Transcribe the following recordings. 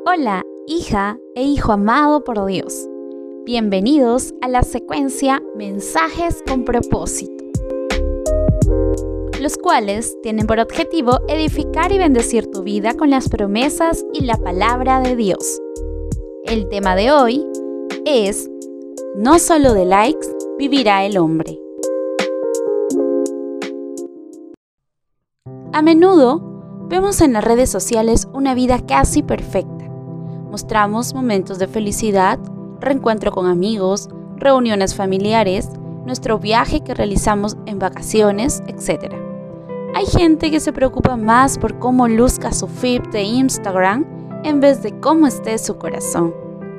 Hola, hija e hijo amado por Dios. Bienvenidos a la secuencia Mensajes con propósito, los cuales tienen por objetivo edificar y bendecir tu vida con las promesas y la palabra de Dios. El tema de hoy es: no solo de likes vivirá el hombre. A menudo vemos en las redes sociales una vida casi perfecta. Mostramos momentos de felicidad, reencuentro con amigos, reuniones familiares, nuestro viaje que realizamos en vacaciones, etc. Hay gente que se preocupa más por cómo luzca su feed de Instagram en vez de cómo esté su corazón.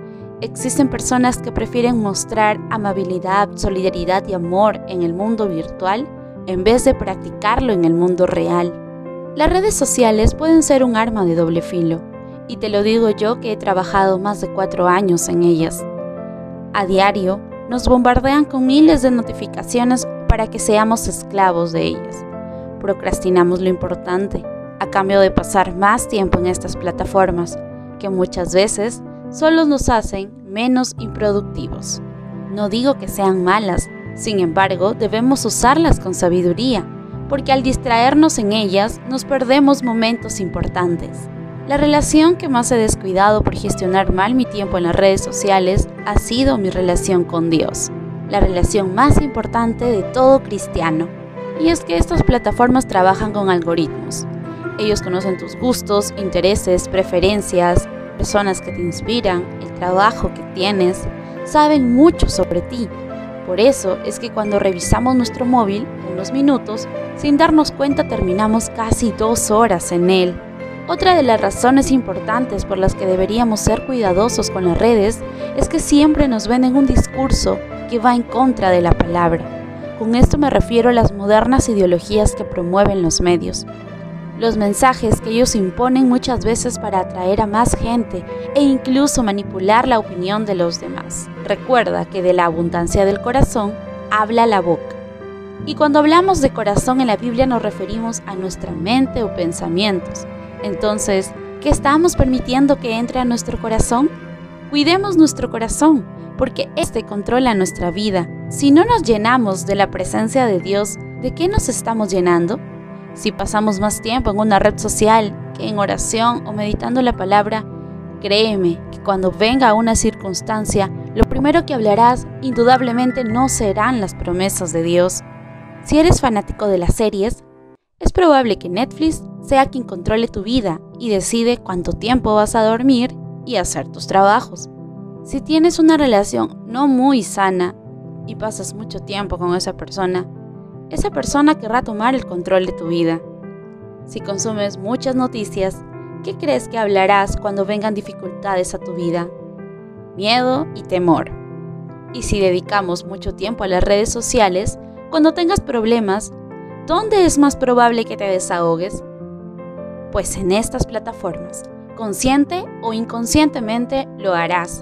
Existen personas que prefieren mostrar amabilidad, solidaridad y amor en el mundo virtual en vez de practicarlo en el mundo real. Las redes sociales pueden ser un arma de doble filo, y te lo digo yo que he trabajado más de 4 años en ellas. A diario nos bombardean con miles de notificaciones para que seamos esclavos de ellas. Procrastinamos lo importante, a cambio de pasar más tiempo en estas plataformas, que muchas veces solo nos hacen menos improductivos. No digo que sean malas, sin embargo, debemos usarlas con sabiduría, porque al distraernos en ellas nos perdemos momentos importantes. La relación que más he descuidado por gestionar mal mi tiempo en las redes sociales ha sido mi relación con Dios, la relación más importante de todo cristiano. Y es que estas plataformas trabajan con algoritmos. Ellos conocen tus gustos, intereses, preferencias, personas que te inspiran, el trabajo que tienes, saben mucho sobre ti. Por eso es que cuando revisamos nuestro móvil unos minutos, sin darnos cuenta terminamos casi 2 horas en él. Otra de las razones importantes por las que deberíamos ser cuidadosos con las redes es que siempre nos venden un discurso que va en contra de la palabra. Con esto me refiero a las modernas ideologías que promueven los medios. Los mensajes que ellos imponen muchas veces para atraer a más gente e incluso manipular la opinión de los demás. Recuerda que de la abundancia del corazón habla la boca. Y cuando hablamos de corazón en la Biblia nos referimos a nuestra mente o pensamientos. Entonces, ¿qué estamos permitiendo que entre a nuestro corazón? Cuidemos nuestro corazón, porque este controla nuestra vida. Si no nos llenamos de la presencia de Dios, ¿de qué nos estamos llenando? Si pasamos más tiempo en una red social que en oración o meditando la palabra, créeme que cuando venga una circunstancia, lo primero que hablarás indudablemente no serán las promesas de Dios. Si eres fanático de las series, es probable que Netflix sea quien controle tu vida y decide cuánto tiempo vas a dormir y hacer tus trabajos. Si tienes una relación no muy sana y pasas mucho tiempo con esa persona querrá tomar el control de tu vida. Si consumes muchas noticias, ¿qué crees que hablarás cuando vengan dificultades a tu vida? Miedo y temor. Y si dedicamos mucho tiempo a las redes sociales, cuando tengas problemas, ¿dónde es más probable que te desahogues? Pues en estas plataformas, consciente o inconscientemente lo harás.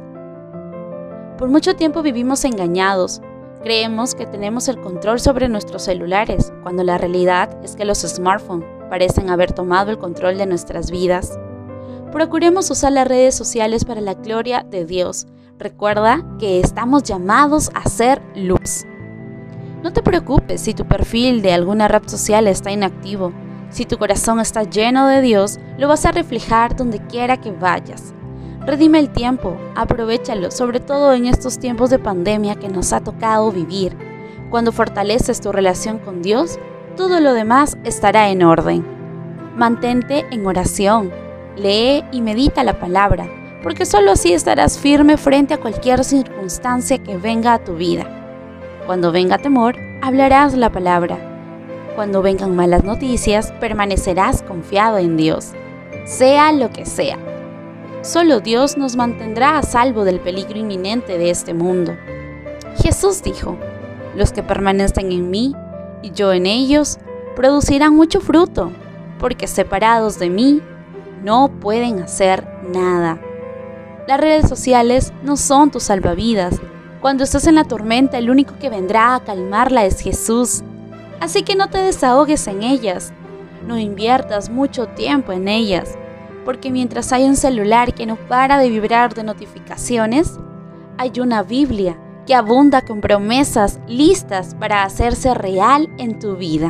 Por mucho tiempo vivimos engañados. Creemos que tenemos el control sobre nuestros celulares, cuando la realidad es que los smartphones parecen haber tomado el control de nuestras vidas. Procuremos usar las redes sociales para la gloria de Dios. Recuerda que estamos llamados a ser luz. No te preocupes si tu perfil de alguna red social está inactivo. Si tu corazón está lleno de Dios, lo vas a reflejar donde quiera que vayas. Redime el tiempo, aprovéchalo, sobre todo en estos tiempos de pandemia que nos ha tocado vivir. Cuando fortaleces tu relación con Dios, todo lo demás estará en orden. Mantente en oración, lee y medita la palabra, porque solo así estarás firme frente a cualquier circunstancia que venga a tu vida. Cuando venga temor, hablarás la palabra. Cuando vengan malas noticias, permanecerás confiado en Dios, sea lo que sea. Solo Dios nos mantendrá a salvo del peligro inminente de este mundo. Jesús dijo: los que permanecen en mí y yo en ellos, producirán mucho fruto, porque separados de mí, no pueden hacer nada. Las redes sociales no son tu salvavidas. Cuando estés en la tormenta, el único que vendrá a calmarla es Jesús. Así que no te desahogues en ellas. No inviertas mucho tiempo en ellas. porque mientras hay un celular que no para de vibrar de notificaciones, hay una Biblia que abunda con promesas listas para hacerse real en tu vida.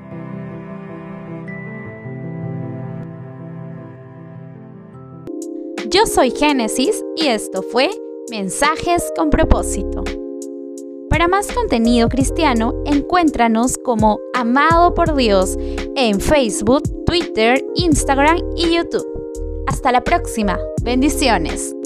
Yo soy Génesis y esto fue Mensajes con Propósito. Para más contenido cristiano, encuéntranos como Amado por Dios en Facebook, Twitter, Instagram y YouTube. Hasta la próxima. Bendiciones.